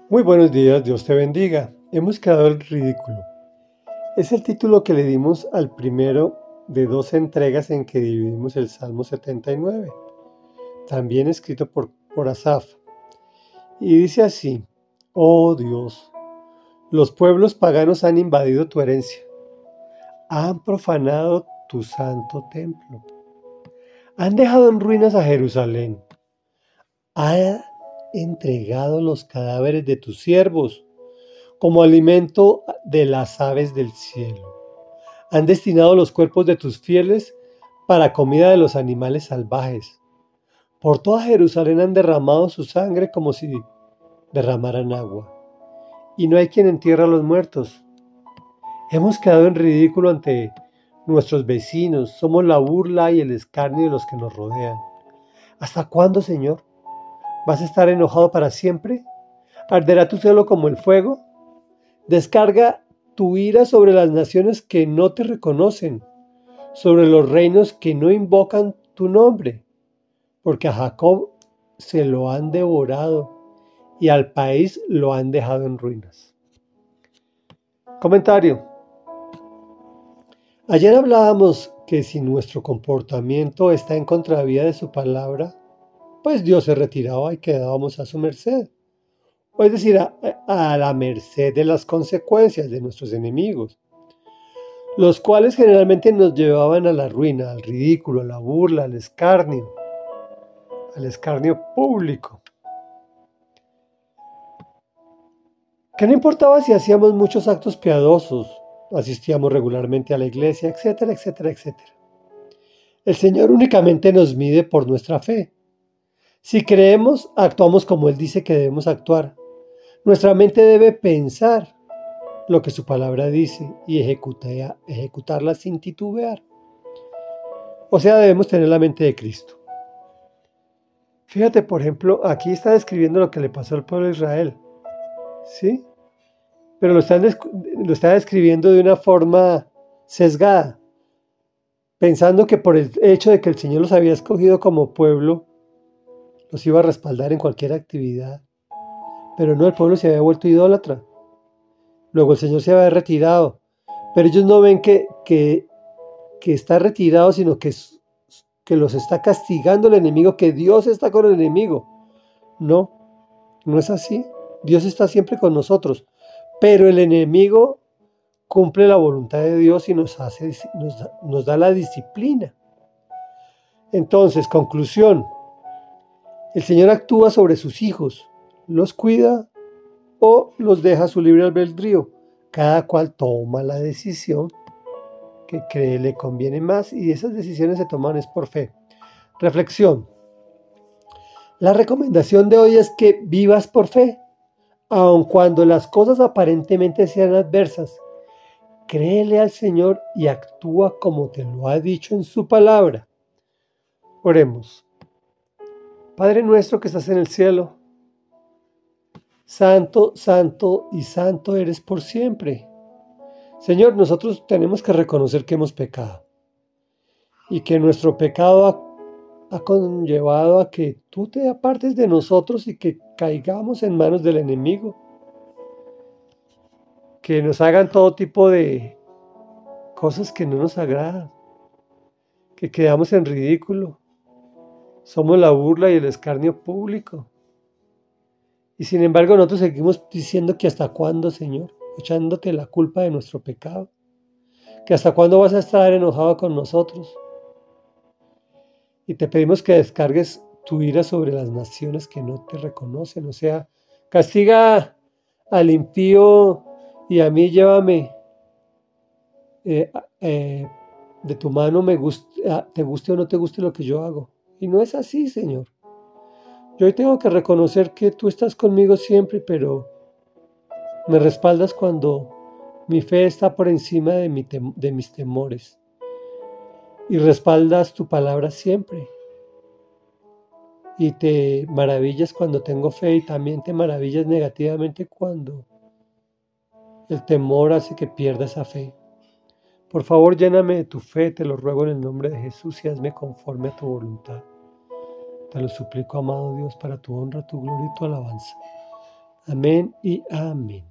Muy buenos días, Dios te bendiga. Hemos quedado en ridículo. Es el título que le dimos al primero de dos entregas en que dividimos el Salmo 79, también escrito por Asaf. Y dice así: Oh Dios, los pueblos paganos han invadido tu herencia, han profanado tu santo templo, han dejado en ruinas a Jerusalén, han entregado los cadáveres de tus siervos como alimento de las aves del cielo. Han destinado los cuerpos de tus fieles para comida de los animales salvajes. Por toda Jerusalén han derramado su sangre como si derramaran agua. Y no hay quien entierre a los muertos. Hemos quedado en ridículo ante nuestros vecinos. Somos la burla y el escarnio de los que nos rodean. ¿Hasta cuándo, Señor? ¿Vas a estar enojado para siempre? ¿Arderá tu celo como el fuego? Descarga tu ira sobre las naciones que no te reconocen, sobre los reinos que no invocan tu nombre, porque a Jacob se lo han devorado y al país lo han dejado en ruinas. Comentario. Ayer hablábamos que si nuestro comportamiento está en contravía de su palabra, pues Dios se retiraba y quedábamos a su merced. O es decir, a la merced de las consecuencias de nuestros enemigos, los cuales generalmente nos llevaban a la ruina, al ridículo, a la burla, al escarnio público. Que no importaba si hacíamos muchos actos piadosos, asistíamos regularmente a la iglesia, etcétera, etcétera, etcétera. El Señor únicamente nos mide por nuestra fe. Si creemos, actuamos como Él dice que debemos actuar. Nuestra mente debe pensar lo que su palabra dice y ejecutarla sin titubear. O sea, debemos tener la mente de Cristo. Fíjate, por ejemplo, aquí está describiendo lo que le pasó al pueblo de Israel, ¿sí? Pero lo está describiendo de una forma sesgada, pensando que por el hecho de que el Señor los había escogido como pueblo, los iba a respaldar en cualquier actividad. Pero no, el pueblo se había vuelto idólatra. Luego el Señor se había retirado, pero ellos no ven que está retirado, sino que los está castigando el enemigo, que Dios está con el enemigo. No es así. Dios está siempre con nosotros, pero el enemigo cumple la voluntad de Dios y nos da la disciplina. Entonces, conclusión: el Señor actúa sobre sus hijos, los cuida o los deja a su libre albedrío. Cada cual toma la decisión que cree le conviene más y esas decisiones se toman es por fe. Reflexión. La recomendación de hoy es que vivas por fe, aun cuando las cosas aparentemente sean adversas. Créele al Señor y actúa como te lo ha dicho en su palabra. Oremos. Padre nuestro que estás en el cielo, santo, santo y santo eres por siempre. Señor, nosotros tenemos que reconocer que hemos pecado y que nuestro pecado ha conllevado a que tú te apartes de nosotros y que caigamos en manos del enemigo, que nos hagan todo tipo de cosas que no nos agradan, que quedamos en ridículo, somos la burla y el escarnio público. Y sin embargo nosotros seguimos diciendo que hasta cuándo, Señor, echándote la culpa de nuestro pecado, que hasta cuándo vas a estar enojado con nosotros. Y te pedimos que descargues tu ira sobre las naciones que no te reconocen, o sea, castiga al impío y a mí llévame de tu mano, te guste o no te guste lo que yo hago. Y no es así, Señor. Yo hoy tengo que reconocer que tú estás conmigo siempre, pero me respaldas cuando mi fe está por encima de mis temores. Y respaldas tu palabra siempre. Y te maravillas cuando tengo fe y también te maravillas negativamente cuando el temor hace que pierda esa fe. Por favor, lléname de tu fe, te lo ruego en el nombre de Jesús y hazme conforme a tu voluntad. Te lo suplico, amado Dios, para tu honra, tu gloria y tu alabanza. Amén y amén.